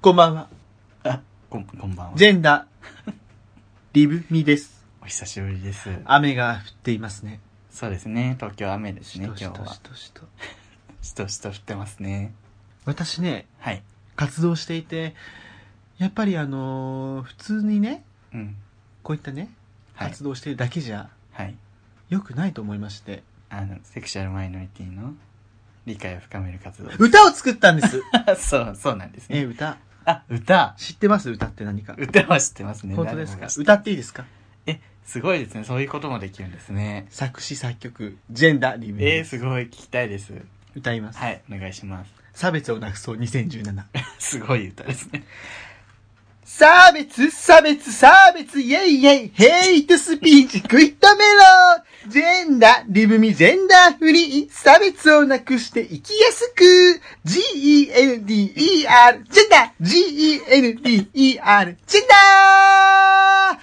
こんばんは。 こんばんは。 ジェンダー、リブミです。 お久しぶりです。 雨が降っていますね。 そうですね。東京雨ですね、今日は。 しとしと。 しとしと降ってますね。 私ね、 はい。 活動していて、やっぱり普通にね、 うん。 こういったね、 はい活動しているだけじゃ、 はい。 良くないと思いまして。 セクシャルマイノリティの理解を深める活動。 歌を作ったんです。 そうなんですね。 歌。 歌。 知ってます？歌って何か。 歌は知ってますね。 本当ですか？歌っていいですか？ すごいですね。そういうこともできるんですね。 作詞作曲、ジェンダー、リブミ。 すごい聞きたいです。 歌います。 はい、お願いします。 差別をなくそう2017。 すごい歌ですね。 差別、イェイイェイ、ヘイトスピーチ、食い止めろジェンダー、リブミ、ジェンダーフリー、差別をなくして生きやすく、GENDER、ジェンダー、GENDER、ジェンダー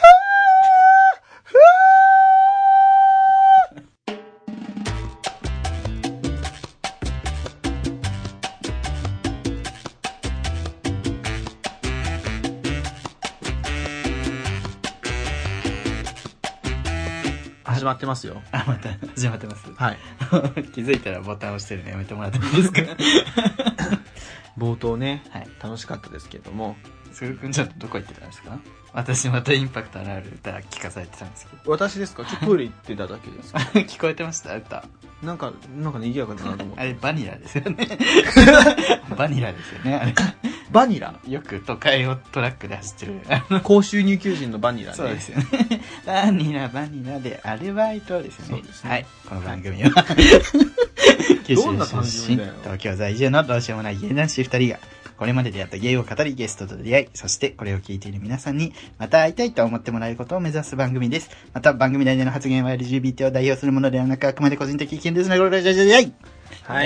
始まってますよ。 また始まってます。 はい。 気づいたらボタン押してるのやめてもらってもいいですか？ 冒頭ね、 はい。 楽しかったですけども、 すぐくんちょっとどこ行ってたんですか？私またインパクトのある歌聞かされてたんですけ私ですか？ちょっとトイレ行ってただけです。 ど。聞こえてました歌。 なんか賑やかだなと思って。 あれバニラですよね。バニラですよね、あれ。 バニラよく都会をトラックで走ってる。 高収入求人のバニラね。 そうですよね。バニラでアルバイトですよね。 そうですね。 はい。この番組は、九州どんな番出身、 組だよ東京在住のどうしようもない芸男子二人が、これまで出会った芸を語りゲストと出会い、そしてこれを聞いている皆さんにまた会いたいと思ってもらえることを目指す番組です。また番組内での発言は LGBT を代表するものではなく、あくまで個人的意見ですので、ご了承ください。 はい。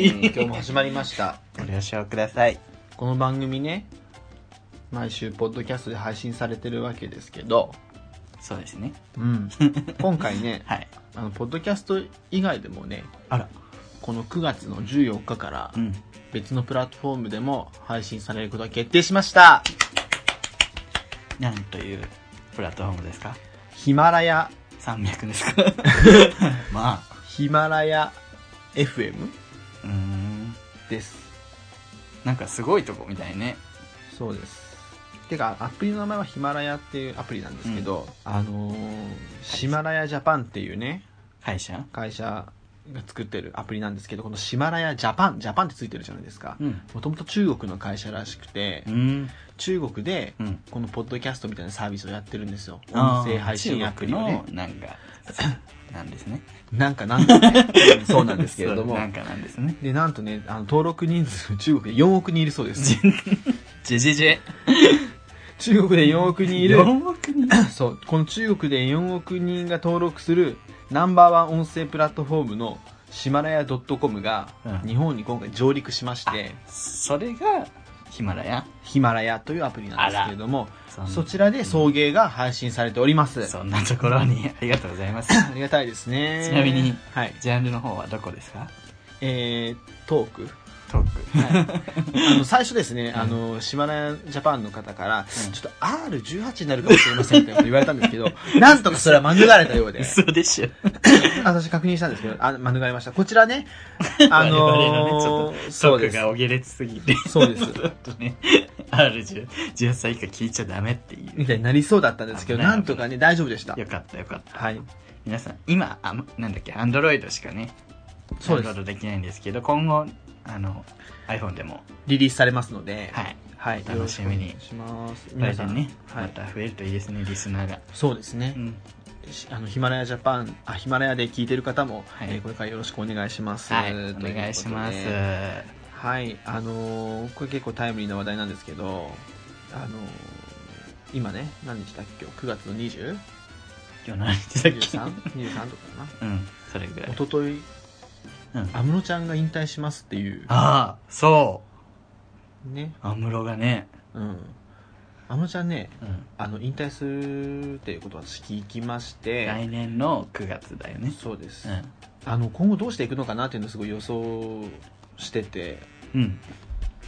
今日も始まりました。 ご了承ください。 この番組ね、毎週ポッドキャストで配信されてるわけですけど、 そうですね。 うん。今回ね、 はい。 ポッドキャスト以外でもね、 あら。 この9月の14日からうん。 別のプラットフォームでも配信されることが決定しました。 なんというプラットフォームですか？ ヒマラヤ、 山脈ですか？まあ。 ヒマラヤ FM です。 なんかすごいとこみたいね。 そうです。てか、アプリの名前はヒマラヤっていうアプリなんですけど、シマラヤジャパンっていうね、 会社が作ってるアプリなんですけど、このシマラヤジャパンってついてるじゃないですか。 うん。 もともと中国の会社らしくて、中国でうん。 このポッドキャストみたいなサービスをやってるんですよ。 あー音声配信アプリをね中。国のなんか、なんですね。 なんかね、そうなんですけれどもそう。なんかなんですね。 で、なんとね、登録人数中国で4億人いるそうです。中国で4億人いる。 4億人そう、この中国で4億人が登録するナンバーワン音声プラットフォームのシマラヤ .com が日本に今回上陸しまして、 それがヒマラヤヒマラヤというアプリなんですけれども、 そそちらで送迎が配信されております。 そんなところにありがとうございます。 ありがたいですね。 ちなみに、 はい。 ジャンルの方はどこですか？ トーク。 トーク。 最初ですね、シマラヤジャパンの方から、ちょっと R18 になるかもしれませんって言われたんですけど、なんとかそれは免れたようで。 嘘でしょ。 私確認したんですけど、免れました。こちらね、 我々のね、ちょっと、トークがお下劣すぎて。 そうです。 ちょっとね、18歳以下聞いちゃダメっていう。 みたいになりそうだったんですけど、なんとかね、大丈夫でした。 よかったよかった。 はい。 皆さん、今、なんだっけ、アンドロイドしかね、 そうです。 ダウンロードできないんですけど、今後、iPhone でも、 リリースされますので、 はい。 はい。 楽しみによろしくお願いします。 これでね、 はいまた増えるといいですね、リスナーが。 そうですね。ヒマラヤジャパン、ヒマラヤで聞いてる方も、 はいこれからよろしくお願いします。 はい、お願いします。 はい、これ結構タイムリーな話題なんですけど、今ね、何日だっけ、9月の 20? 今日何日だっけ 23? 23とかかな。 うん、それぐらい。 一昨日安室ちゃんが引退しますっていう。 ああ、そう。ね。 安室がね。 うん。安室ちゃんね、引退するっていうことは聞きまして。 来年の9月だよね。 そうです。今後どうしていくのかなっていうのをすごい予想してて。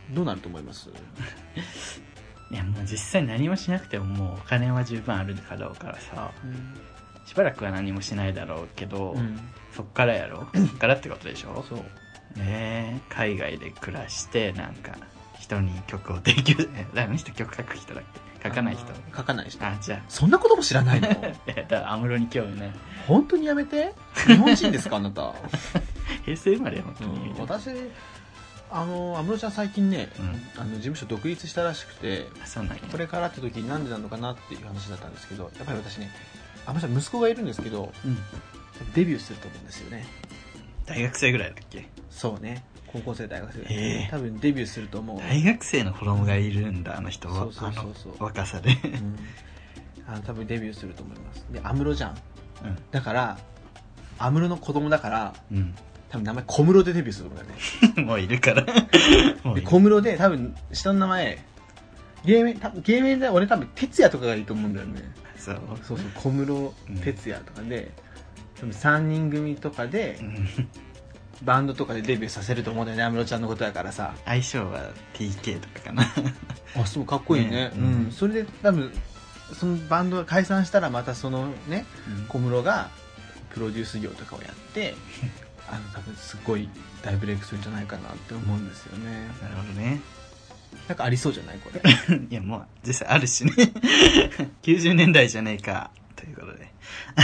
どうなると思います？ いやもう実際何もしなくてももうお金は十分あるかろうからさ、しばらくは何もしないだろうけど、そっからやろ、そっからってことでしょ。 そう海外で暮らしてなんか人に曲を提供あの人曲書く人だっけ、書かない人、 書かない人。 じゃあそんなことも知らないの？ だから安室に興味ない。 本当にやめて。日本人ですかあなた。 平成生まれ本当に、 私安室ちゃん最近ね、事務所独立したらしくて、 そうなんや。 これからって時になんでなのかなっていう話だったんですけど、やっぱり私ね、安室ちゃん息子がいるんですけど、デビューすると思うんですよね。 大学生ぐらいだっけ？ そうね、高校生大学生、多分デビューすると思う。 大学生の子供がいるんだ、あの人は。 そう若さで、 多分デビューすると思います。で安室じゃん、だから安室の子供だから、多分名前小室でデビューすると思うんだよね。 もういるからで小室で多分下の名前芸名で俺多分哲也とかがいいと思うんだよね。そう小室哲也とかで、多分3人組とかで、バンドとかでデビューさせると思うんだよね、安室ちゃんのことやからさ。 相性は TK とかかな。 あ、そう、かっこいいね。それで多分そのバンドが解散したらまたそのね、小室がプロデュース業とかをやって多分すごい大ブレイクするんじゃないかなって思うんですよね。 なるほどね。 なんかありそうじゃないこれ。 いやもう実際あるしね。90年代じゃねえかということで。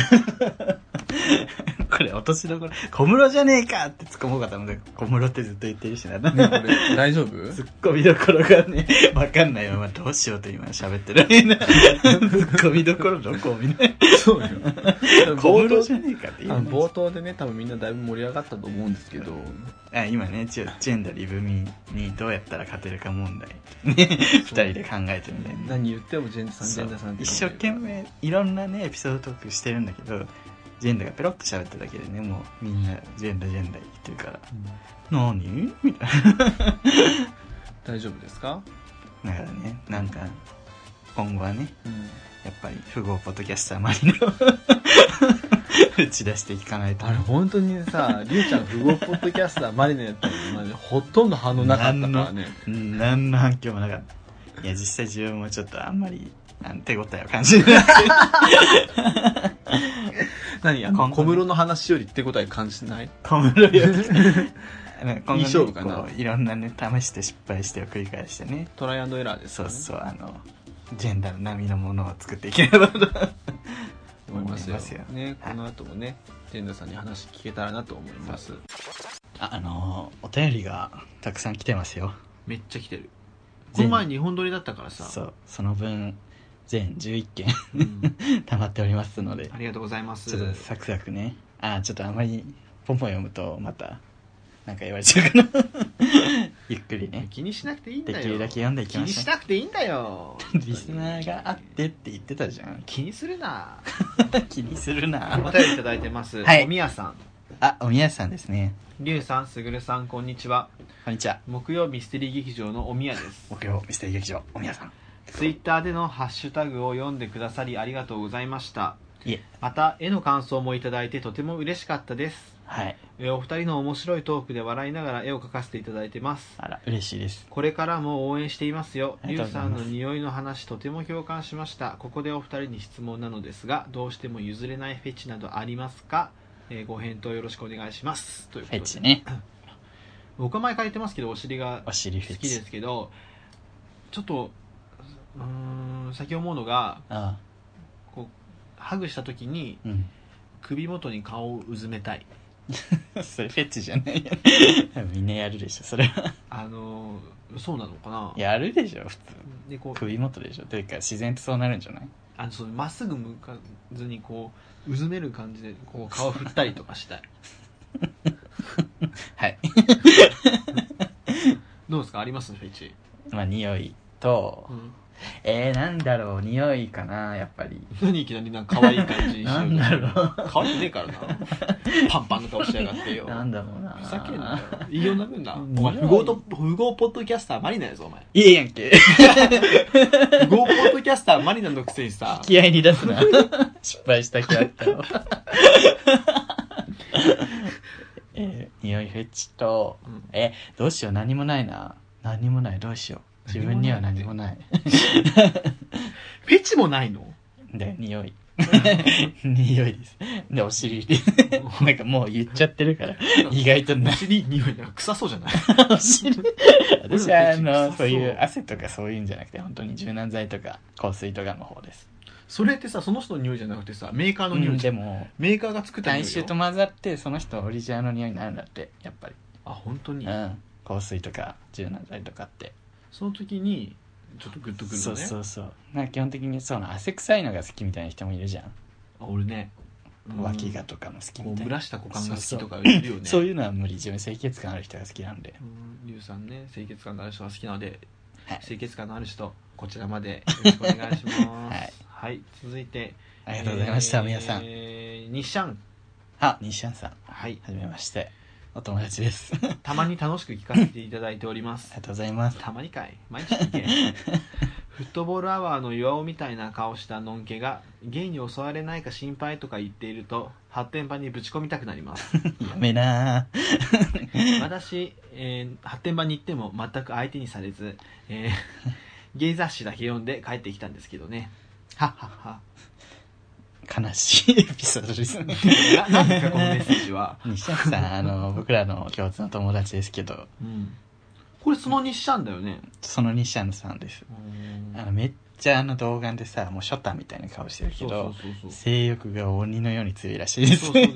これ落としどころ、小室じゃねえかって突っ込もうかと思って、小室ってずっと言ってるしな。 ね、これ大丈夫？ 突っ込みどころがね、わかんないままどうしようと今喋ってる。突っ込みどころどこみたいな。 そうよ。 小室じゃねえかって言う。 冒頭でね、多分みんなだいぶ盛り上がったと思うんですけど。 今ね、ジェンダーリブミにどうやったら勝てるか問題。ね、二人で考えてみたいな。 何言ってもジェンダーさんって一生懸命いろんなね、エピソードトークしてるんだけど、ジェンダーがペロッと喋っただけでね、もうみんなジェンダー言ってるから、何みたいな。 大丈夫ですか？ だからね、なんか今後はね、やっぱり富豪ポッドキャスターマリの打ち出していかないと。 あれ本当にさ、りゅうちゃん富豪ポッドキャスターマリのやったらほとんど反応なかったからね。 何の反響もなかった。いや実際自分もちょっとあんまり手応えを感じない。 何小室の話より手応え感じない？ 小室より。 いい勝負かな。 いろんなね、試して失敗してを繰り返してね。 トライアンドエラーですね。そう、ジェンダーの波のものを作っていければと思いますよ。ね、この後もね、ジェンダーさんに話聞けたらなと思います。 お便りがたくさん来てますよ。 めっちゃ来てる。この前2本撮りだったからさ。 そう、その分、全11件溜まっておりますので。 ありがとうございます。 ちょっとサクサクね。ちょっとあまりポンポン読むとまた、なんか言われちゃうかな。ゆっくりね。 気にしなくていいんだよ。 できるだけ読んでいきましょう。 気にしなくていいんだよ。 リスナーがあってって言ってたじゃん。 気にするな。 気にするな。 お便りいただいてます。 はい。 おみやさん。 おみやさんですね。 りゅうさん、すぐるさん、こんにちは。 こんにちは。 木曜ミステリー劇場のおみやです。 木曜ミステリー劇場、おみやさん。 ツイッターでのハッシュタグを読んでくださりありがとうございました。 いえ。 また、絵の感想もいただいてとても嬉しかったです。 はい。 お二人の面白いトークで笑いながら絵を描かせていただいてます。 あら、嬉しいです。 これからも応援していますよ。りゅうさんの匂いの話とても共感しました。ここでお二人に質問なのですが、どうしても譲れないフェチなどありますか？ご返答よろしくお願いします。ということで。 フェチね。 僕は前から言ってますけど、お尻が好きですけど、ちょっと最近思うのが、こうハグした時に、首元に顔をうずめたい。 それフェチじゃないよ。みんなやるでしょそれは。 そうなのかな。 やるでしょ普通。 でこう首元でしょというか自然とそうなるんじゃない？ まっすぐ向かずにこううずめる感じでこう顔振ったりとかしたい。 はい。 どうですか？ありますフェチ？ 匂いと、なんだろう、匂いかな、やっぱり。 何いきなりなんか可愛い感じにしよう。 なんだろう。 可愛くねえからな。パンパンの顔しやがってよ。 なんだろうな。 ふざけんなよ。いいような分だ。お前、富豪ポッドキャスターマリナやぞ、お前。 いいやんけ。 富豪ポッドキャスターマリナのくせにさ。 気合いに出すな。失敗した気あったよ。匂いフェチと、どうしよう、何もないな。 何もない。どうしよう。自分には何もない。 フェチもないの？ で、匂い。匂いです。で、お尻で。なんかもう言っちゃってるから、意外とお尻匂いなんか臭そうじゃない？ お尻。私はそういう汗とかそういうんじゃなくて、本当に柔軟剤とか香水とかの方です。 それってさ、その人の匂いじゃなくてさ、メーカーの匂いじゃん。 でも、 メーカーが作った匂いよ。 体臭と混ざって、その人オリジナルの匂いになるんだって、やっぱり。 あ、本当に？ 香水とか柔軟剤とかって。 その時に、ちょっとグッとくるのね。 そうそうそう。なんか基本的にそうな汗臭いのが好きみたいな人もいるじゃん。 あ、俺ね。 脇がとかも好きみたいな。 こう蒸らした股間が好きとかいるよね。 そういうのは無理。自分清潔感ある人が好きなんで。 リュウさんね、清潔感がある人が好きなので、 はい、 清潔感のある人、こちらまでよろしくお願いします。はい、はい、続いてありがとうございました、皆さん。 日シャン。 あ、日シャンさん。 はい。 はじめまして。お友達です。 たまに楽しく聞かせていただいております。 ありがとうございます。 たまにかい。毎日聞け。フットボールアワーの岩尾みたいな顔したのんけがゲイに襲われないか心配とか言っていると発展場にぶち込みたくなります。 やめな私、発展場に行っても全く相手にされず、ゲイ雑誌だけ読んで帰ってきたんですけどね。はっはっは。 悲しいエピソードですね。 何ですかこのメッセージは。 西山さん、僕らの共通の友達ですけど、 これその日シャンだよね。 その西山さんです。めっちゃ動画でさ、もうショタみたいな顔してるけど、性欲が鬼のように強いらしいです。そうです。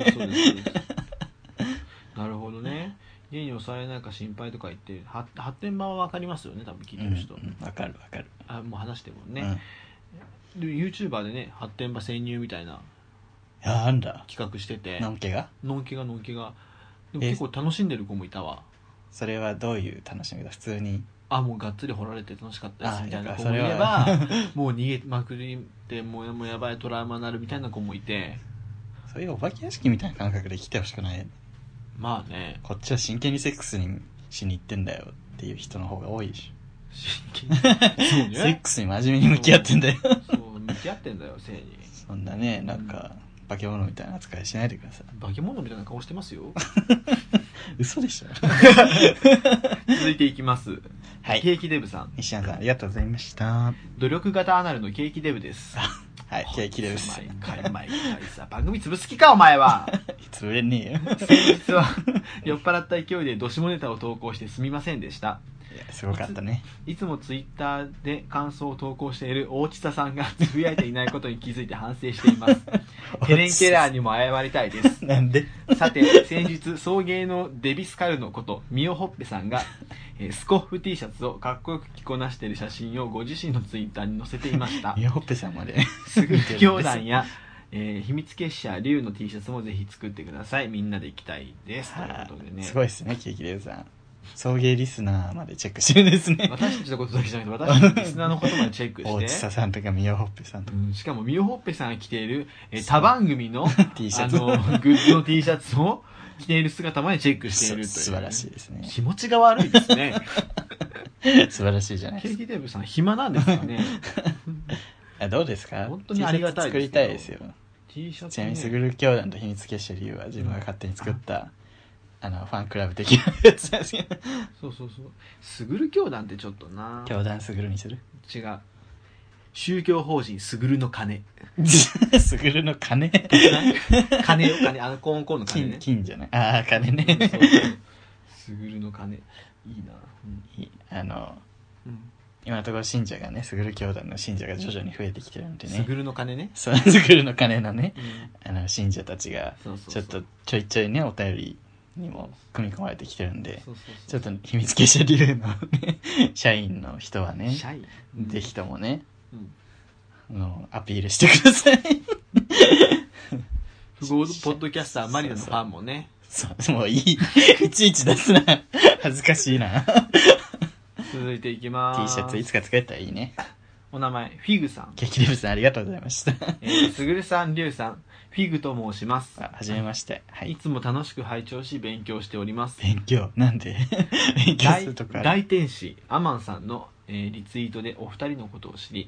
なるほどね。ゲイに襲われないか心配とか言って発展場は分かりますよね、多分聞いてる人。 分かる。 あ、もう話してもね。YouTuber でね、発展場潜入みたいななんだ企画してて、 のんけがでも結構楽しんでる子もいたわ。 それはどういう楽しみだ？普通にもうがっつり掘られて楽しかったですみたいな子もいれば、もう逃げまくりでもうやばいトラウマになるみたいな子もいて、 そういうお化け屋敷みたいな感覚で来てほしくない。 まあね、 こっちは真剣にセックスにしに行ってんだよっていう人の方が多いでしょ。 真剣にそうね、 セックスに真面目に向き合ってんだよ。 そう向き合ってんだよ、性に。 そんなね、なんか化け物みたいな扱いしないでください。 化け物みたいな顔してますよ。 嘘でしょ。 続いていきます。 はい。 ケーキデブさん。 西山さん、ありがとうございました。 努力型アナルのケーキデブです。 はい、ケーキデブです。 毎回さ、番組潰す気か、お前は。 潰れねえよ。 先日は、酔っ払った勢いでドシモネタを投稿してすみませんでした。 いや、すごかったね。 いつもツイッターで感想を投稿している大地佐さんがつぶやいていないことに気づいて反省しています。ヘレン・ケラーにも謝りたいです。 なんで？ さて、先日送迎のデビスカルのことミオホッペさんがスコッフ T シャツをかっこよく着こなしている写真をご自身のツイッターに載せていました。 ミオホッペさんまでスグル教団や、秘密結社竜の T シャツもぜひ作ってください。みんなで行きたいです。ということでね。 すごいですね、ケーキデブさん。送迎リスナーまでチェックしてるんですね。 私たちのことだけじゃなくて、私たちのリスナーのことまでチェックして。 大地佐さんとかミオホッペさんとか。 しかもミオホッペさんが着ている、他番組の T シャツグッズの T シャツを着ている姿までチェックしているという。 素晴らしいですね。 気持ちが悪いですね。 素晴らしいじゃないですか。 ケーキデブさん暇なんですかね。 どうですか？ 本当にありがたいです。 作りたいですよ。 T シャツ、ね、 ちなみにスグル教団と秘密結社理由は自分が勝手に作った、ファンクラブ的なやつなんですけど。 そう。スグル教団ってちょっとな。 教団スグルにする？ 違う。宗教法人スグルの鐘。 スグルの鐘？ 鐘よ、コーンの鐘ね。 金じゃない？ああ、鐘ね。 そうスグルの鐘。いいな。 今のところ信者がね、スグル教団の信者が徐々に増えてきてるんでね。 スグルの鐘ね。 そう、スグルの鐘のね、信者たちが、ちょっとちょいちょいね、お便りにも組み込まれてきてるんで、ちょっと秘密結社理由のね、社員の人はね、ぜひともね、アピールしてください。 不合ポッドキャスターマリナのファンもね。 そう、もういい。いちいち出すな。恥ずかしいな。 続いていきます。 T シャツいつか作れたらいいね。 お名前フィグさん。 ケーキデブさんありがとうございました。 すぐるさん、りゅうさん、フィグと申します。 はじめまして。はい。 いつも楽しく拝聴し勉強しております。 勉強なんで勉強するとか。 大天使アマンさんの、リツイートでお二人のことを知り、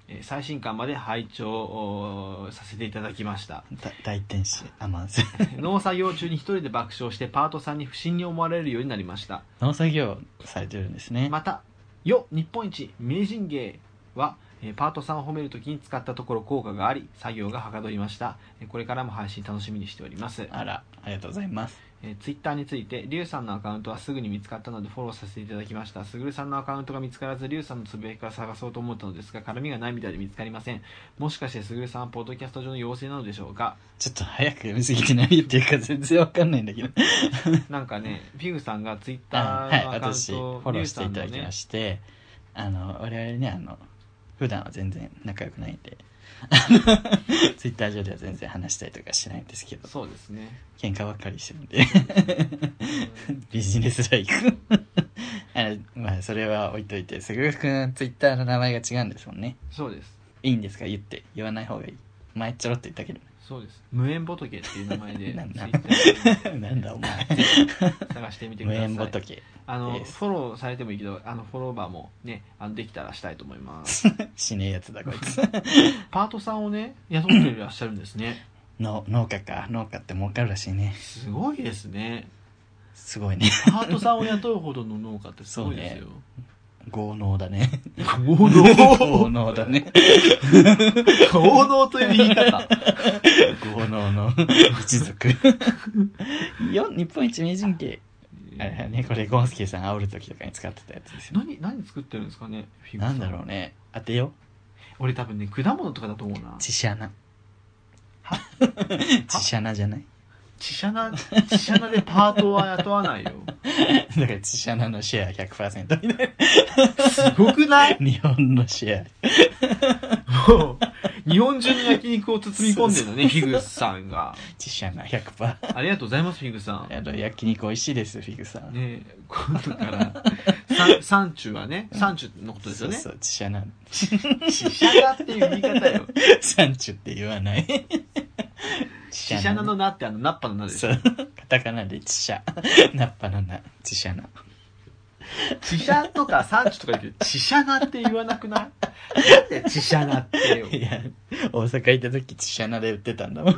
最新刊まで拝聴させていただきました。 大天使アマンス農作業中に一人で爆笑してパートさんに不審に思われるようになりました。 農作業されてるんですね。 また日本一名人芸はパートさんを褒めるときに使ったところ効果があり、作業がはかどりました。これからも配信楽しみにしております。 ありがとうございます。 ツイッターについて、リュウさんのアカウントはすぐに見つかったのでフォローさせていただきました。すぐるさんのアカウントが見つからず、リュウさんのつぶやきから探そうと思ったのですが、絡みがないみたいで見つかりません。もしかしてすぐるさんはポッドキャスト上の妖精なのでしょうか。 ちょっと早く読みすぎて何言ってるか全然わかんないんだけどなんかね、フィグさんがツイッターのアカウン私トを、 フォローしていただきまして、我々ね普段は全然仲良くないんでツイッター上では全然話したりとかしないんですけど、 そうですね、 喧嘩ばっかりしてるんでビジネスライクまあそれは置いといて、すぐるくんツイッターの名前が違うんですもんね。 そうです。 いいんですか、言わない方がいい。前ちょろっと言ったけど。 そうです。無縁仏っていう名前でなんだツイッターになんだお前探してみてください。 無縁仏フォローされてもいいけど、フォローバーもね、できたらしたいと思いますしねえやつだこいつパートさんをね、雇っていらっしゃるんですね。 農家って儲かるらしいね。 すごいですね。 すごいね。 パートさんを雇うほどの農家ってすごいですよ。 豪農だね。 豪農だね。 豪農という言い方。 豪農の一族。日本一名人系。あれね、これゴンスケさん煽るときとかに使ってたやつですよ。 何作ってるんですかね、フィグさん。 なんだろうね。当てよ。 俺多分ね、果物とかだと思うな。 チシャナ。 はチシャナじゃない？ チシャナでパートは雇わないよ。 だからチシャナのシェア 100% になる。 すごくない？ 日本のシェア。もう、日本中に焼肉を包み込んでるのね、フィグさんが。 チシャナ 100%。 ありがとうございます、フィグさん。 焼肉美味しいです、フィグさん。 ねえ、今度から、サンチュはね、サンチュのことですよね。 そう、チシャナ。 チシャナっていう言い方よ。 サンチュって言わない。 チシャナの名ってナッパの名ですよ。 そう。カタカナでチシャ。ナッパの名。チシャナ。 チシャとかサンチュとか言うけど、チシャナって言わなくない？なんでチシャナってよ。 いや、大阪行った時チシャナで売ってたんだもん。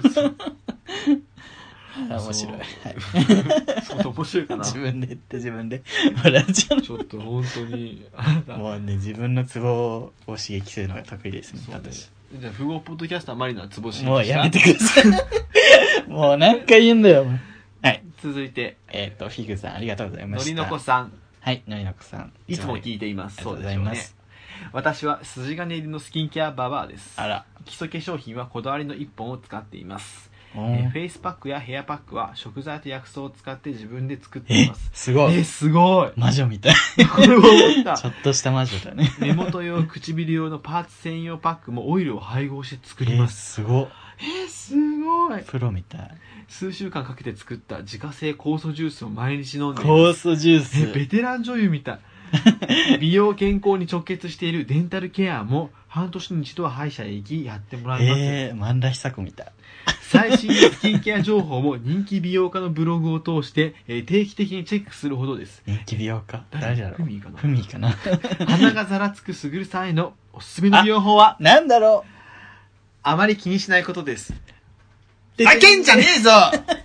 面白い。はい。 そう面白いかな。 自分で言って自分で笑っちゃう。 ちょっと本当に。 もうね、自分のツボを刺激するのが得意ですね、 私。じゃあ、富豪ポッドキャスターマリナはツボ刺激した。 もうやめてください。もう何回言うんだよ。はい。 続いて、 フィグさんありがとうございました。 のりのこさん。 はい、のりのこさん。 いつも聞いています。 ありがとうございます。 私は筋金入りのスキンケアババアです。 あら。 基礎化粧品はこだわりの1本を使っています。フフェイスパックやヘアパックは食材と薬草を使って自分で作っています。 すごい。 すごい。 魔女みたい。 これは思った。 ちょっとした魔女だね。 目元用、唇用のパーツ専用パックもオイルを配合して作ります。 すごい。すごい。 プロみたい。 数週間かけて作った自家製酵素ジュースを毎日飲んでいます。 酵素ジュース。 ベテラン女優みたい。美容健康に直結しているデンタルケアも半年に一度は歯医者へ行きやってもらいます。 万田久子みたい。 最新のスキンケア情報も人気美容家のブログを通して、定期的にチェックするほどです。 人気美容家？誰だろう？ フミーかな？ フミーかな？ 鼻がざらつくすぐるさんへのおすすめの美容法はなんだろう？ あまり気にしないことです。 ふざけんじゃねえぞ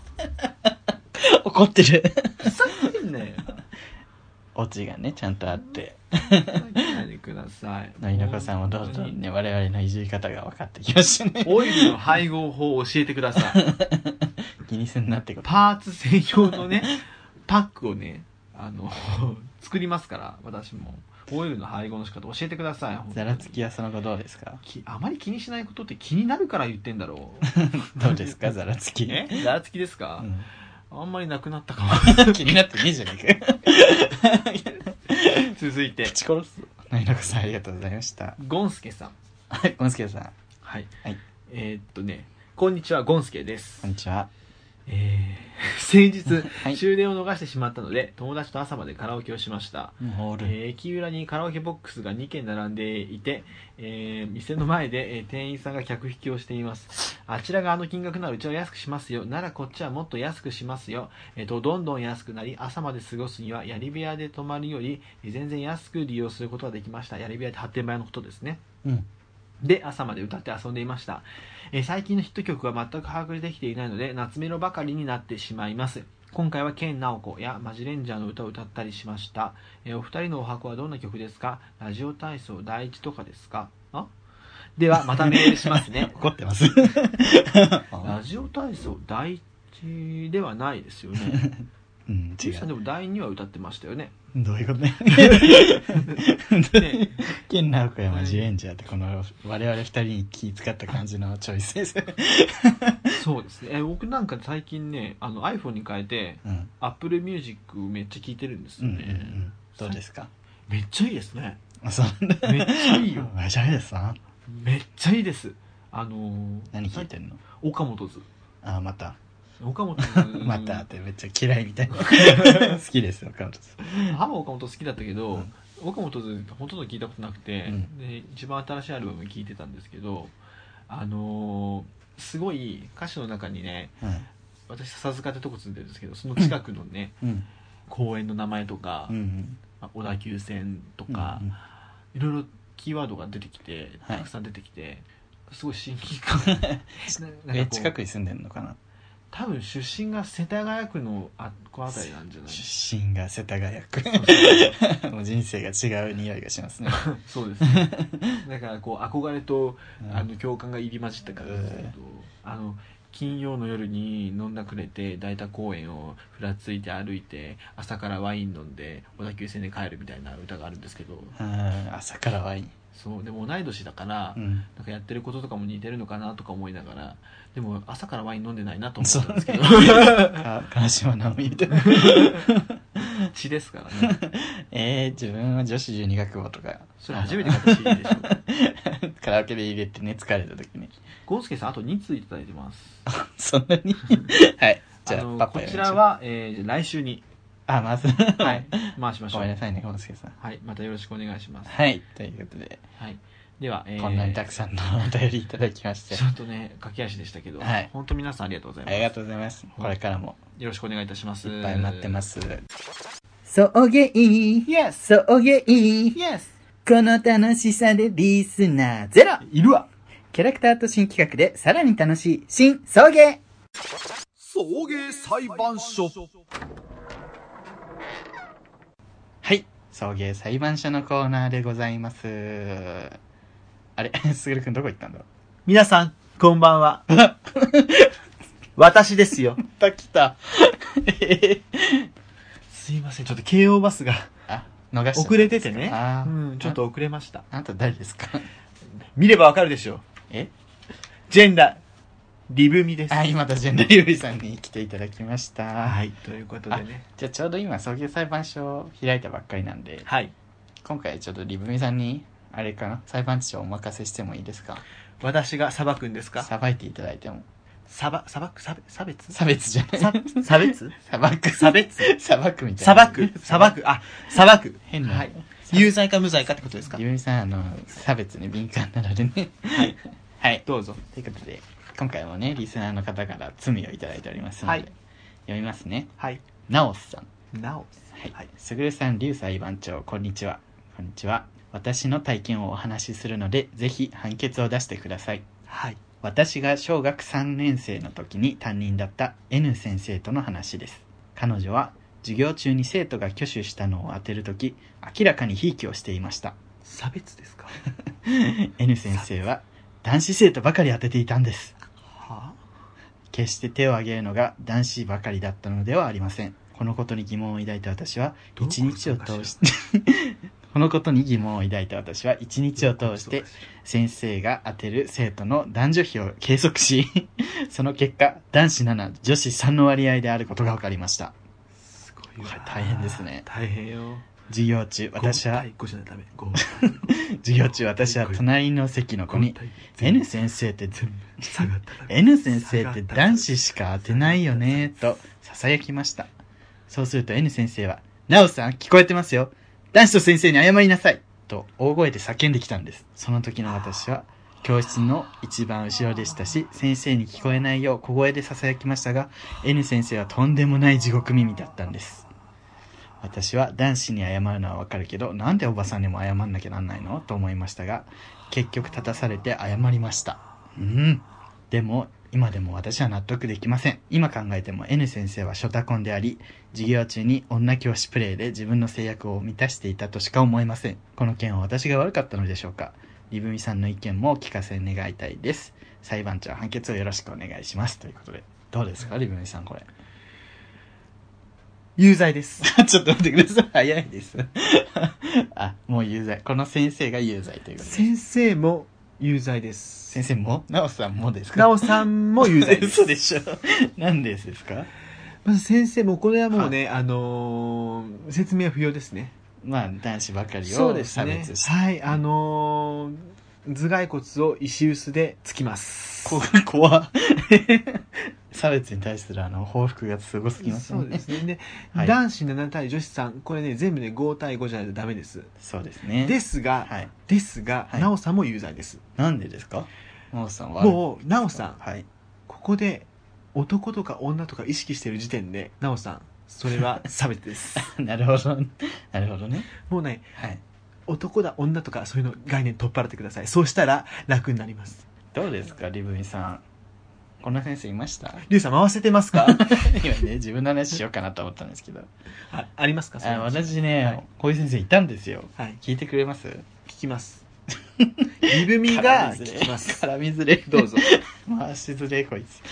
怒ってる。 ふざけんなよ。 オチがね、ちゃんとあって。 ないでください。 のりのこさんもどうぞね、我々のいじり方が分かってきましたね。 オイルの配合法を教えてください。 気にすんなってこと。 パーツ専用のね、パックをね、作りますから、私も。オイルの配合の仕方教えてください。 ざらつきはその後どうですか？ あまり気にしないことって気になるから言ってんだろう。どうですか、ざらつき。 ざらつきですか？あんまりなくなったかも。気になってねえじゃねえか。 続いて。 口殺す。のりのこさんありがとうございました。 ゴンスケさん。 はい、ゴンスケさん。 はい。こんにちは、ゴンスケです。 こんにちは。 先日、終電を逃してしまったので、友達と朝までカラオケをしました。駅裏にカラオケボックスが2軒並んでいて、店の前で、店員さんが客引きをしています。あちらがあの金額ならうちは安くしますよ。ならこっちはもっと安くしますよ。どんどん安くなり、朝まで過ごすには、槍部屋で泊まるより、全然安く利用することができました。槍部屋って発展場屋のことですね。 で朝まで歌って遊んでいました。最近のヒット曲は全く把握できていないので夏メロばかりになってしまいます。今回は健直子やマジレンジャーの歌を歌ったりしました。お二人のお箱はどんな曲ですか？ラジオ体操第一とかですか？ではまたメールしますね。 怒ってますラジオ体操第一ではないですよね。 うん、違う。 でも第2は歌ってましたよね。 どういうことね。健直子やマジレンジャーってこの我々二人に気使った感じのチョイスです。 そうですね。僕なんか最近ね、iPhone に変えて、 うん、 Apple Music めっちゃ聴いてるんですよね。 どうですか？ めっちゃいいですね。 そうめっちゃいいよ。 めっちゃいいですな。 めっちゃいいです。 何聞いてんの？ 岡本図。 また。 岡本図。 またってめっちゃ嫌いみたいな。好きですよ、岡本図。 岡本好きだったけど、岡本図ほとんど聞いたことなくて、で一番新しいアルバム聞いてたんですけど、すごい歌詞の中にね、私笹塚ってとこ住んでるんですけど、その近くのね、公園の名前とか、小田急線とか、いろいろキーワードが出てきて、たくさん出てきて、すごい親近感。 近くに住んでんのかな？ 多分出身が世田谷区のこの辺りなんじゃない？ 出身が世田谷区。もう人生が違う匂いがしますね。 そうですね。だからこう憧れと共感が入り混じった感じですけど、金曜の夜に飲んだくれて大田公園をふらついて歩いて朝からワイン飲んで小田急線で帰るみたいな歌があるんですけど、 朝からワイン。 そうでも同い年だから、なんかやってることとかも似てるのかなとか思いながら、でも朝からワイン飲んでないなと思ったんですけど。 川島直美みたいな。 血ですからね。自分は女子12学部とか。 それ初めて買った CD でしょ。 カラオケで入れてね、疲れた時に。 ゴースケさんあと2通いただいてます。 そんなにはい。じゃあこちらは、来週に。 まず。 はい。回しましょう。 ごめんなさいね、ゴースケさん。 はい。またよろしくお願いします。 はい。ということで。 はい。では、 こんなにたくさんのお便りいただきまして。 ちょっとね、駆け足でしたけど、はい。本当皆さんありがとうございます。 ありがとうございます。これからも。 よろしくお願いいたします。 いっぱい待ってます。 送迎 Yes 送迎 Yes この楽しさでリスナーゼロいるわキャラクターと新企画でさらに楽しい新送迎裁判所。 はい、送迎裁判所のコーナーでございます。あれ、すぐるくんどこ行ったんだろう。 皆さんこんばんは。私ですよ。 来た。 すいません、ちょっと京王バスが逃し遅れててね、ちょっと遅れました。 あんた誰ですか？ 見ればわかるでしょ。ジェンダーリブミです。 今だジェンダーリブミさんに来ていただきました。 はい、ということでね。 じゃあちょうど今送迎裁判所を開いたばっかりなんで、 はい。 今回ちょっとリブミさんにあれかな、裁判長お任せしてもいいですか？ 私が裁くんですか？ 裁いていただいても。 差別じゃない。 差別差別裁くみたいな。 裁く。 変な。 はい。有罪か無罪かってことですか？ リブミさん、差別に敏感なのでね。 はい。 はい。 どうぞ。 ということで、今回もね、リスナーの方から罪をいただいておりますので、読みますね。 はい。 なおさん。 なお。 はい。すぐるさん、リュウ裁判長、こんにちは。こんにちは。私の体験をお話しするので、ぜひ判決を出してください。 はい。 私が小学3年生の時に担任だった N 先生との話です。彼女は授業中に生徒が挙手したのを当てるとき、明らかにひいきをしていました。 差別ですか？ N 先生は男子生徒ばかり当てていたんです。 はあ？ 決して手を挙げるのが男子ばかりだったのではありません。このことに疑問を抱いた私は一日を通して先生が当てる生徒の男女比を計測し、その結果男子7女子3の割合であることが分かりました。 すごいわ。 大変ですね。 大変よ。 授業中私は隣の席の子に N 先生って男子しか当てないよねと囁きました。そうすると N 先生は、なおさん聞こえてますよ、男子と先生に謝りなさいと大声で叫んできたんです。その時の私は教室の一番後ろでしたし、先生に聞こえないよう小声で囁きましたが、 N 先生はとんでもない地獄耳だったんです。 私は男子に謝るのはわかるけど、なんでおばさんにも謝んなきゃなんないのと思いましたが、結局立たされて謝りました。でも、今でも私は納得できません。今考えても N 先生はショタコンであり、授業中に女教師プレイで自分の制約を満たしていたとしか思えません。この件は私が悪かったのでしょうか。リブミさんの意見もお聞かせ願いたいです。裁判長判決をよろしくお願いします。ということで。どうですか、リブミさんこれ。 有罪です。 ちょっと待ってください。早いです。あ、もう有罪。この先生が有罪ということです。 先生も有罪です。 先生もなおさんもですか。 なおさんも有罪です。 嘘でしょ。なんでですか。 まず先生もこれはもうね、説明は不要ですね。 まあ男子ばかりそうをですね差別して、 はい、頭蓋骨を石臼でつきます。 怖っ差別に対する報復がすごすぎますね。 そうですね。で、 はい、 男子7対女子3、これね、全部ね、5対5じゃないとダメです。 そうですね。 ですが、 はい、 はい、なおさんも有罪です。 なんでですか。なおさんはもう、なおさん、 はい、ここで男とか女とか意識してる時点で、なおさん、それは差別です。 なるほど。なるほどね。 もうね、 はい、 男だ女とかそういうの概念取っ払ってください。そうしたら楽になります。 どうですか、リブミさん。こんな先生いました。 リュウさん回せてますか。 今ね、自分の話しようかなと思ったんですけど。 ありますか。 私ね、 はい、 こういう先生いたんですよ。 はい、 聞いてくれます。 聞きます。リブミが聞きます。 絡みづれ。 どうぞ。 回しづれ、こいつ。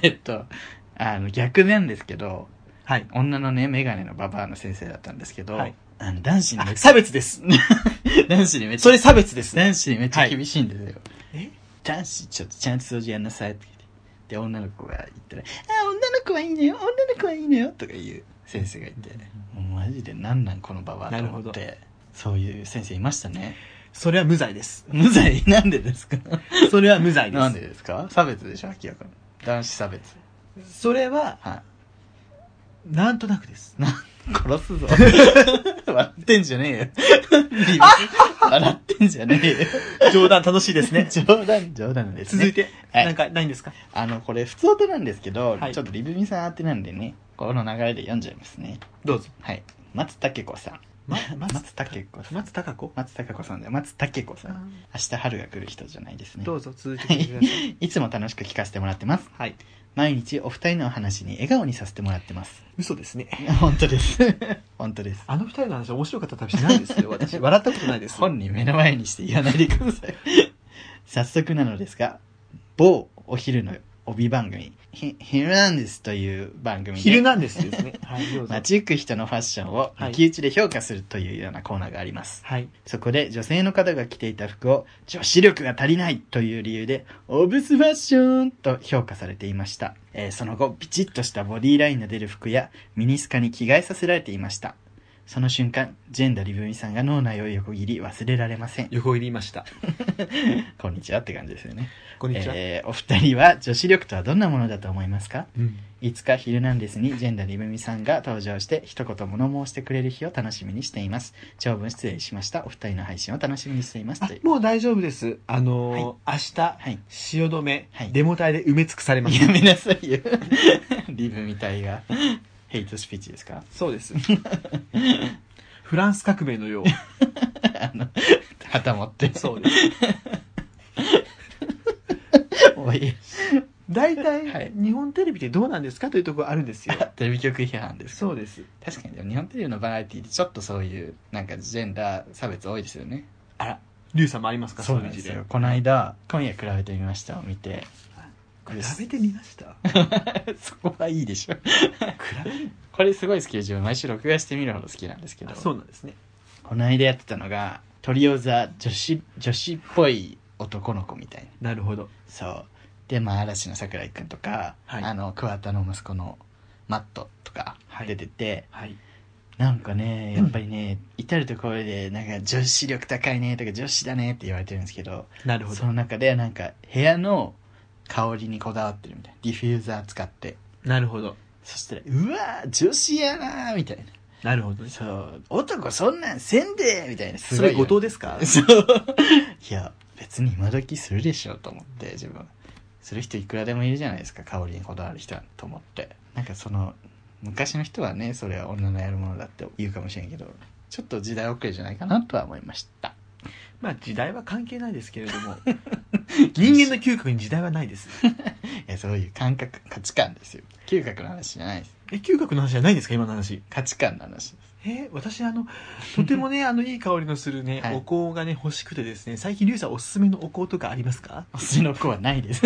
逆なんですけど、 はい、 女のね、メガネのババアの先生だったんですけど、 はい、 男子にめっちゃ差別です。 男子にめっちゃ、 それ差別です。 男子にめっちゃ厳しいんですよ。 はい、 男子ちょっとちゃんと掃除やんなさいって言って。で、女の子が言ったら、女の子はいいのよ、女の子はいいのよ、とか言う先生がいて、もうマジでなんなんこのババアと思って、そういう先生いましたね。 それは無罪です。 無罪。なんでですか。 それは無罪です。 なんでですか。差別でしょ、明らかに。男子差別。 それは、はい、なんとなくです。 殺すぞ。笑ってんじゃねえよ。笑ってんじゃねえよ。 冗談楽しいですね。 冗談ですね。 続いて、はい、なんかないんですか。 これ普通音なんですけど、 はい、 ちょっとリブミさん当てなんでね、この流れで読んじゃいますね。 どうぞ。 はい。松武子さん。松武子さん。 松武子。 松武子さんで、松武子さん。明日春が来る人じゃないですね。 どうぞ続いてください。 いつも楽しく聞かせてもらってます。 はい。 毎日お二人の話に笑顔にさせてもらってます。 嘘ですね。 本当です。本当です。 二人の話面白かったら多分しないですよ。私笑ったことないです。 本人目の前にして言わないでください。早速なのですが、某お昼の帯番組、ヒルナンデスという番組で、 ヒルナンデスですね。はい、どうぞ。 街行く人のファッションを抜き打ちで評価するというようなコーナーがあります。はい。そこで女性の方が着ていた服を女子力が足りないという理由で、オブスファッションと評価されていました。その後、ピチッとしたボディラインの出る服やミニスカに着替えさせられていました。その瞬間、ジェンダリブミさんが脳内を横切り忘れられません。 横切りました。 こんにちはって感じですよね。 こんにちは。 お二人は女子力とはどんなものだと思いますか。いつかヒルナンデスにジェンダリブミさんが登場して一言物申してくれる日を楽しみにしています。長文失礼しました。お二人の配信を楽しみにしています。 もう大丈夫です。はい、明日、はい、汐留、はい、デモ隊で埋め尽くされます。 やめなさいよ。リブミ隊が。ヘイトスピーチですか。 そうです。フランス革命のよう。 旗持って。 そうです。 おい。 大体、はい、日本テレビってどうなんですかというところあるんですよ。 テレビ局批判ですか。 そうです。 確かに日本テレビのバラエティでちょっとそういうなんかジェンダー差別多いですよね。 あら、リュウさんもありますか。 そうなんですよ。この間今夜比べてみましたを見て。 比べてみました。 そこはいいでしょ。 比べる。 これすごい好きで自分毎週録画してみるほど好きなんですけど。 そうなんですね。 この間やってたのがトリオザ女子っぽい男の子みたいな。なるほど。 そう。で嵐の桜井くんとか、はい、桑田の息子のマットとか出てて、はいはい、なんかねやっぱりね、至る所でなんか女子力高いねとか女子だねって言われてるんですけど、 なるほど。 その中でなんか部屋の香りにこだわってるみたいな、ディフューザー使って。 なるほど。 そしたらうわー女子やなーみたいな。 なるほど、ね、 そう男そんなんせんでーみたいな。 すごい。それ後藤ですか。 そういや別に今時するでしょと思って自分する人いくらでもいるじゃないですか、香りにこだわる人はと思って。なんかその昔の人はね、それは女のやるものだって言うかもしれんけど、ちょっと時代遅れじゃないかなとは思いました。 まあ時代は関係ないですけれども人間の嗅覚に時代はないですいや、そういう感覚、価値観ですよ。嗅覚の話じゃないです。 嗅覚の話じゃないんですか、今の話。 価値観の話です。 私とてもねいい香りのするね、はい、お香がね欲しくてですね、最近リュウさんおすすめのお香とかありますか？ おすすめのお香はないです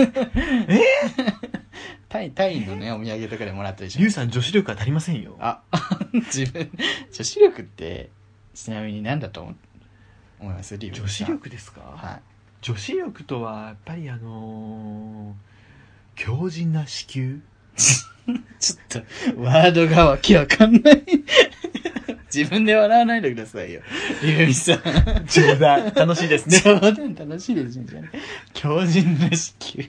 タイのねお土産とかでもらったりします。 リュウさん女子力は足りませんよ。 自分女子力ってちなみに何だと思います？リュウさん。 女子力ですか？ はい。 女子力とはやっぱり強靭な子宮ちょっとワードがわけわかんない自分で笑わないでくださいよ、ゆみさん。 冗談楽しいですね。 冗談楽しいですね。強靭な子宮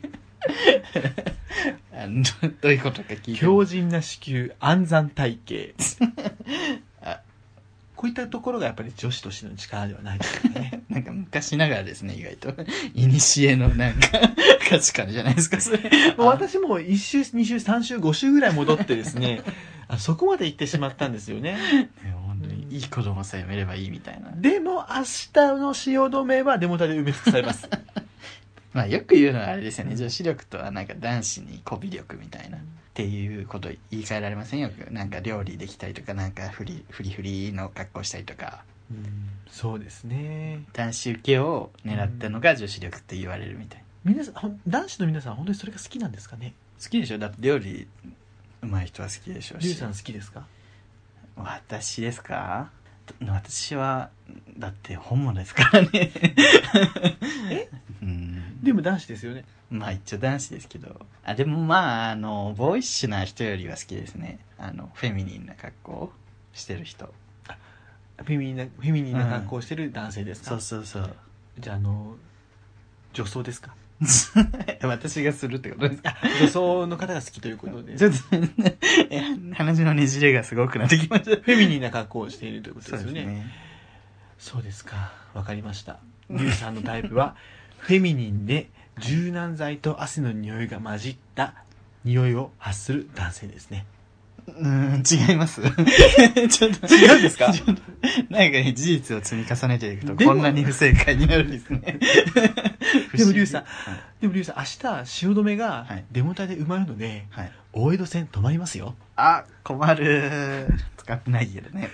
どういうことか聞いて。 強靭な子宮、安産体型こういったところがやっぱり女子としての力ではないですかね。 なんか昔ながらですね、意外と。いにしえのなんか価値観じゃないですか、それ。 私も1週、2週、3週、5週ぐらい戻ってですね、そこまで行ってしまったんですよね。 本当にいい子供さえ産めればいいみたいな。 でも明日の汐留はデモ隊で埋め尽くされます。 まあよく言うのはあれですよね、女子力とはなんか男子に媚び力みたいな。っていうこと言い換えられませんよ。なんか料理できたりとか、なんかフリの格好したりとか。 そうですね。 男子受けを狙ったのが女子力って言われるみたい。 皆さん、男子の皆さん本当にそれが好きなんですかね？ 好きでしょ。だって料理うまい人は好きでしょうし。 リュウさん好きですか？ 私ですか？私はだってホモですからね。 でも男子ですよね。 まあ一応男子ですけど、でもまあボーイッシュな人よりは好きですね。フェミニンな格好をしてる人。 フェミニンな格好をしてる男性ですか？ そう。 じゃあ女装ですか？ 私がするってことですか？ 女装の方が好きということで。 ちょっと話のねじれがすごくなってきました。 フェミニンな格好をしているということですよね。 そうですね。 そうですか。わかりました。リュウさんのタイプはフェミニンで柔軟剤と汗の匂いが混じった匂いを発する男性ですね。 違います。ちょっと違うんですか？ なんかね、事実を積み重ねていくとこんなに不正解になるんですね。 でもリュウさん、明日汐留がデモ隊で埋まるので、はい、大江戸線止まりますよ。 困る。使ってないけどね。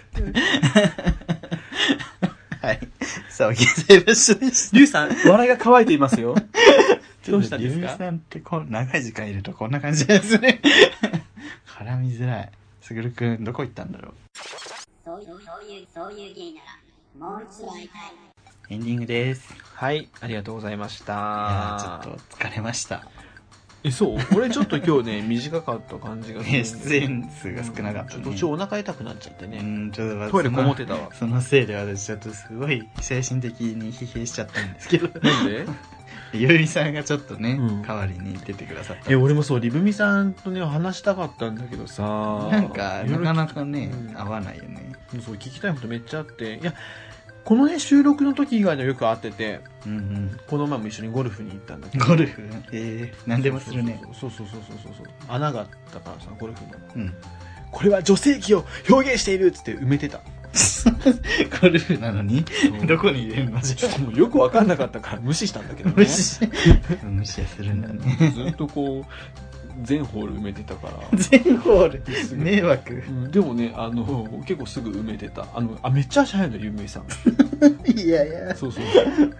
はい。騒ぎせ場所でした。 リュウさん、笑いが乾いていますよ。どうしたんですか？ リュウさんって長い時間いるとこんな感じですね。絡みづらい。すぐるくん、どこ行ったんだろう。そういう芸なら、もう一度会いたい。エンディングです。 はい、ありがとうございました。いやちょっと疲れました。 そう俺ちょっと今日ね、短かった感じがする。 出演数が少なかったね。 ちょっとお腹痛くなっちゃってね。 ちょっとトイレこもってたわ。 そのせいで私ちょっとすごい精神的に疲弊しちゃったんですけど。 なんで？ ゆいさんがちょっとね、代わりに出てくださった。 俺もそう、リブミさんとね、話したかったんだけどさ。 なんか、なかなかね、合わないよね。 そう、聞きたいことめっちゃあって。いや、このね、収録の時以外ではよく会ってて、この前も一緒にゴルフに行ったんだけど。 ゴルフ？何でもするね。 そう。穴があったからさ、ゴルフの。これは女性器を表現しているっつって埋めてた。 ゴルフなのにどこに入れるの？ ちょっともうよく分かんなかったから無視したんだけどね。 無視はするんだね。 ずっとこう全ホール埋めてたから。 全ホール迷惑。 でもね、結構すぐ埋めてた。めっちゃ足早いの、ゆめいさん。 いや。 そうだよ。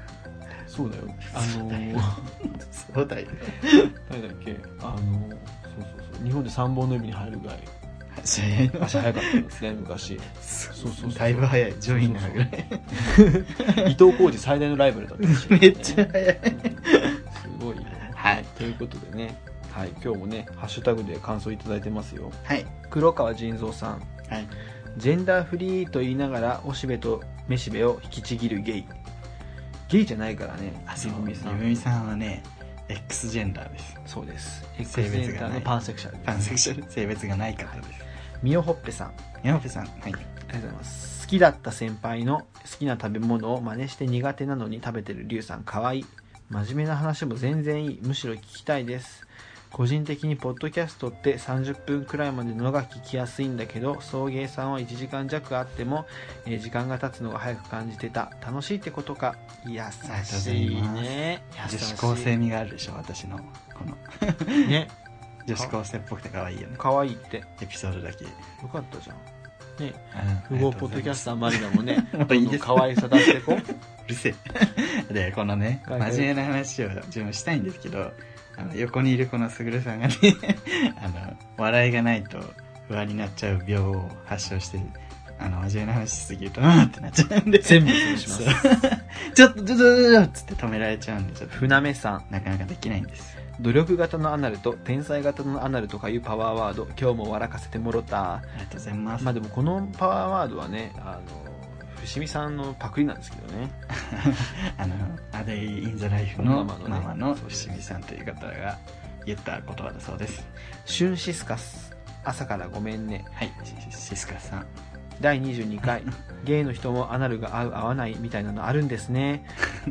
そうだよ。 誰だっけ？そう。日本で3本の指に入るぐらい。足早かったですね、昔。そうだいぶ早い、ジョイナーぐらい。伊藤浩二最大のライバルだったし、 めっちゃ早い。すごいよ。 はい。 ということでね、はい、今日もね、ハッシュタグで感想いただいてますよ。 はい。 黒川仁蔵さん。 はい。 ジェンダーフリーと言いながら、おしべとめしべを引きちぎるゲイ。ゲイじゃないからね、 ゆぶみさんはね、X ジェンダーです。 そうです。X ジェンダーのパンセクシャルです。 パンセクシャル、性別がない方です。 みよほっぺさん。 みよほっぺさん。はい。 ありがとうございます。好きだった先輩の好きな食べ物を真似して苦手なのに食べてるリュウさんかわいい。真面目な話も全然いい。むしろ聞きたいです。 個人的にポッドキャストって30分くらいまでのが聞きやすいんだけど、送迎さんは1時間弱あっても、時間が経つのが早く感じてた。楽しいってことか。優しいね。 女子高生味があるでしょ、私のこのね。 女子高生っぽくて可愛いよね。 可愛いってエピソードだけ。 よかったじゃんね。 うん、 不合ポッドキャスターマリナもね、 もういいです。 可愛さ出してこう。 うるせえ。で、このね、 はいはい、 真面目な話を自分したいんですけど、横にいるこのすぐるさんがね、笑いがないと不安になっちゃう病を発症して、真面目な話しすぎると、ってなっちゃうんで。 全部潰します。 ちょっとつって止められちゃうんで、ちょっと。 船目さん。 なかなかできないんです。 努力型のアナルと天才型のアナルとかいうパワーワード、今日も笑かせてもろた。 ありがとうございます。 まあでもこのパワーワードはね、伏見さんのパクリなんですけどね。 A Day in the Life のマね、 マの伏見さんという方が言った言葉だそうです。 シュンシスカス、朝からごめんね。 はい、シスカさん。 第22回、ゲイの人もアナルが合う合わないみたいなのあるんですね。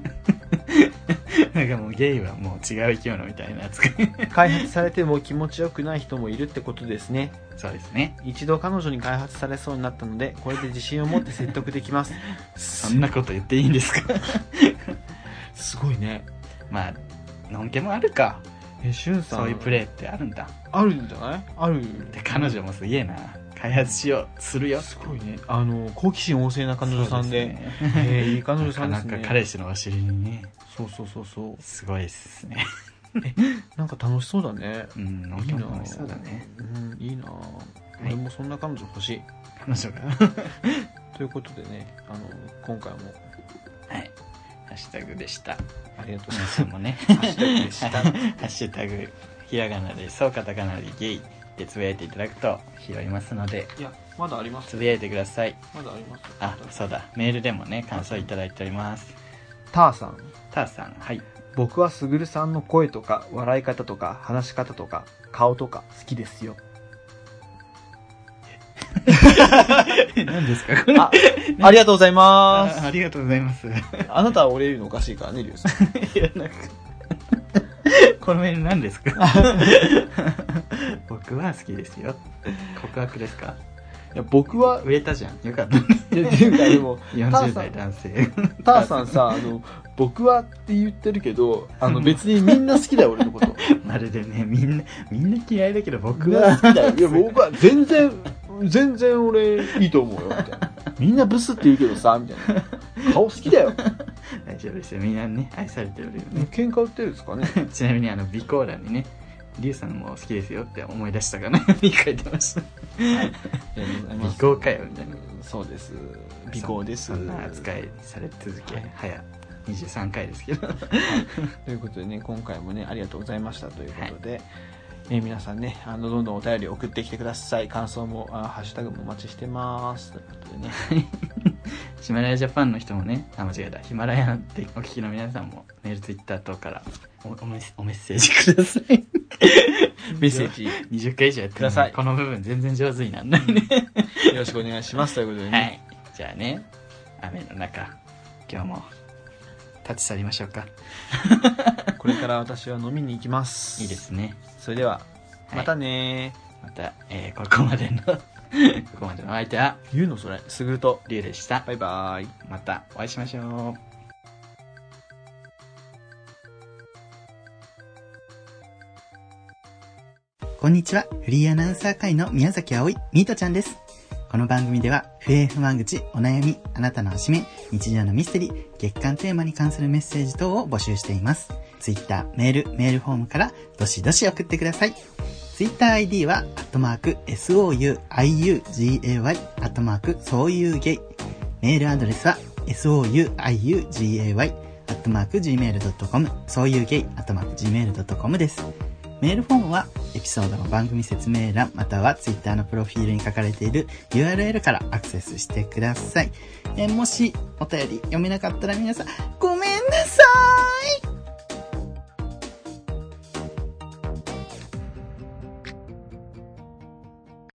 なんかもうゲイはもう違う生き物みたいなやつ開発されても気持ちよくない人もいるってことですね。 そうですね。 一度彼女に開発されそうになったので、これで自信を持って説得できます。 そんなこと言っていいんですか？ すごいね。 まあのんけもあるか。 シュンさんそういうプレーってあるんだ。 あるんじゃない？ある。 で彼女もすげえな。開発しようするよ。 すごいね。好奇心旺盛な彼女さんで、いい彼女さんですね。 なんか彼氏のお尻にね。 そう。 すごいですね。 なんか楽しそうだね。 うん、なんか楽しそうだね。 うん、いいな。俺もそんな彼女欲しい。 彼女が。 ということでね、今回もはいハッシュタグでした。 ありがとうございます。 皆さんもね、 ハッシュタグでした。 ハッシュタグひらがなでそうカタカナでゲイでつぶやいていただくと拾いますので、 いやまだあります。 つぶやいてください。 まだあります。 あ、そうだ。メールでもね感想いただいております。 ターさん、 はい。 僕はすぐるさんの声とか笑い方とか話し方とか顔とか好きですよ。 何ですかこれ？ ありがとうございます。 ありがとうございます。 あなたは俺言うのおかしいからね、リュウさん。 いや、なんかこのメール何ですか？僕は好きですよ。告白ですか？ いや、僕は売れたじゃん。よかった。 いや、っていうかでも 40代男性。 ターさんさ、僕はって言ってるけど、別にみんな好きだよ、俺のこと。 まるでね、みんな嫌いだけど僕は好きだよ。 いや、僕は全然俺いいと思うよ、みたいな。みんなブスって言うけどさ、みたいな。顔好きだよ。 大丈夫ですよ。みんなね、愛されてるよね。 喧嘩売ってるんですかね。 ちなみに備考欄にね、リュウさんも好きですよって思い出したかなに書いてました。尾行かよみたいな。 そうです。尾行です。 そんな扱いされ続け、早23回ですけど。 ということでね、今回もね、ありがとうございましたということで、皆さんね、どんどんお便り送ってきてください。感想も、ハッシュタグもお待ちしてます。ということでね。 ヒマラヤジャパンの人もね、間違えた。ヒマラヤでお聞きの皆さんも、メール、ツイッター等からおメッセージください。 メッセージ 20回以上やってください。 この部分全然上手になんないね。 よろしくお願いします。ということでね。 はい。じゃあね、雨の中、今日も立ち去りましょうか。 これから私は飲みに行きます。 いいですね。 それでは、またねー。また、ここまでの相手は、 言うのそれ、すぐるとリュウでした。 バイバーイ。 またお会いしましょう。こんにちは。フリーアナウンサー会の宮崎葵、ミートちゃんです。この番組では、不平不満口、お悩み、あなたのおしめ、日常のミステリー、月間テーマに関するメッセージ等を募集しています。ツイッター、メールフォームからどしどし送ってください。ツイッター ID は、@souiugay、そういうゲイ。メールアドレスは、souiugay、gmail.com、そういうゲイ、gmail.com です。メールフォームはエピソードの番組説明欄またはツイッターのプロフィールに書かれている URL からアクセスしてください。もしお便り読めなかったら皆さんごめんなさい。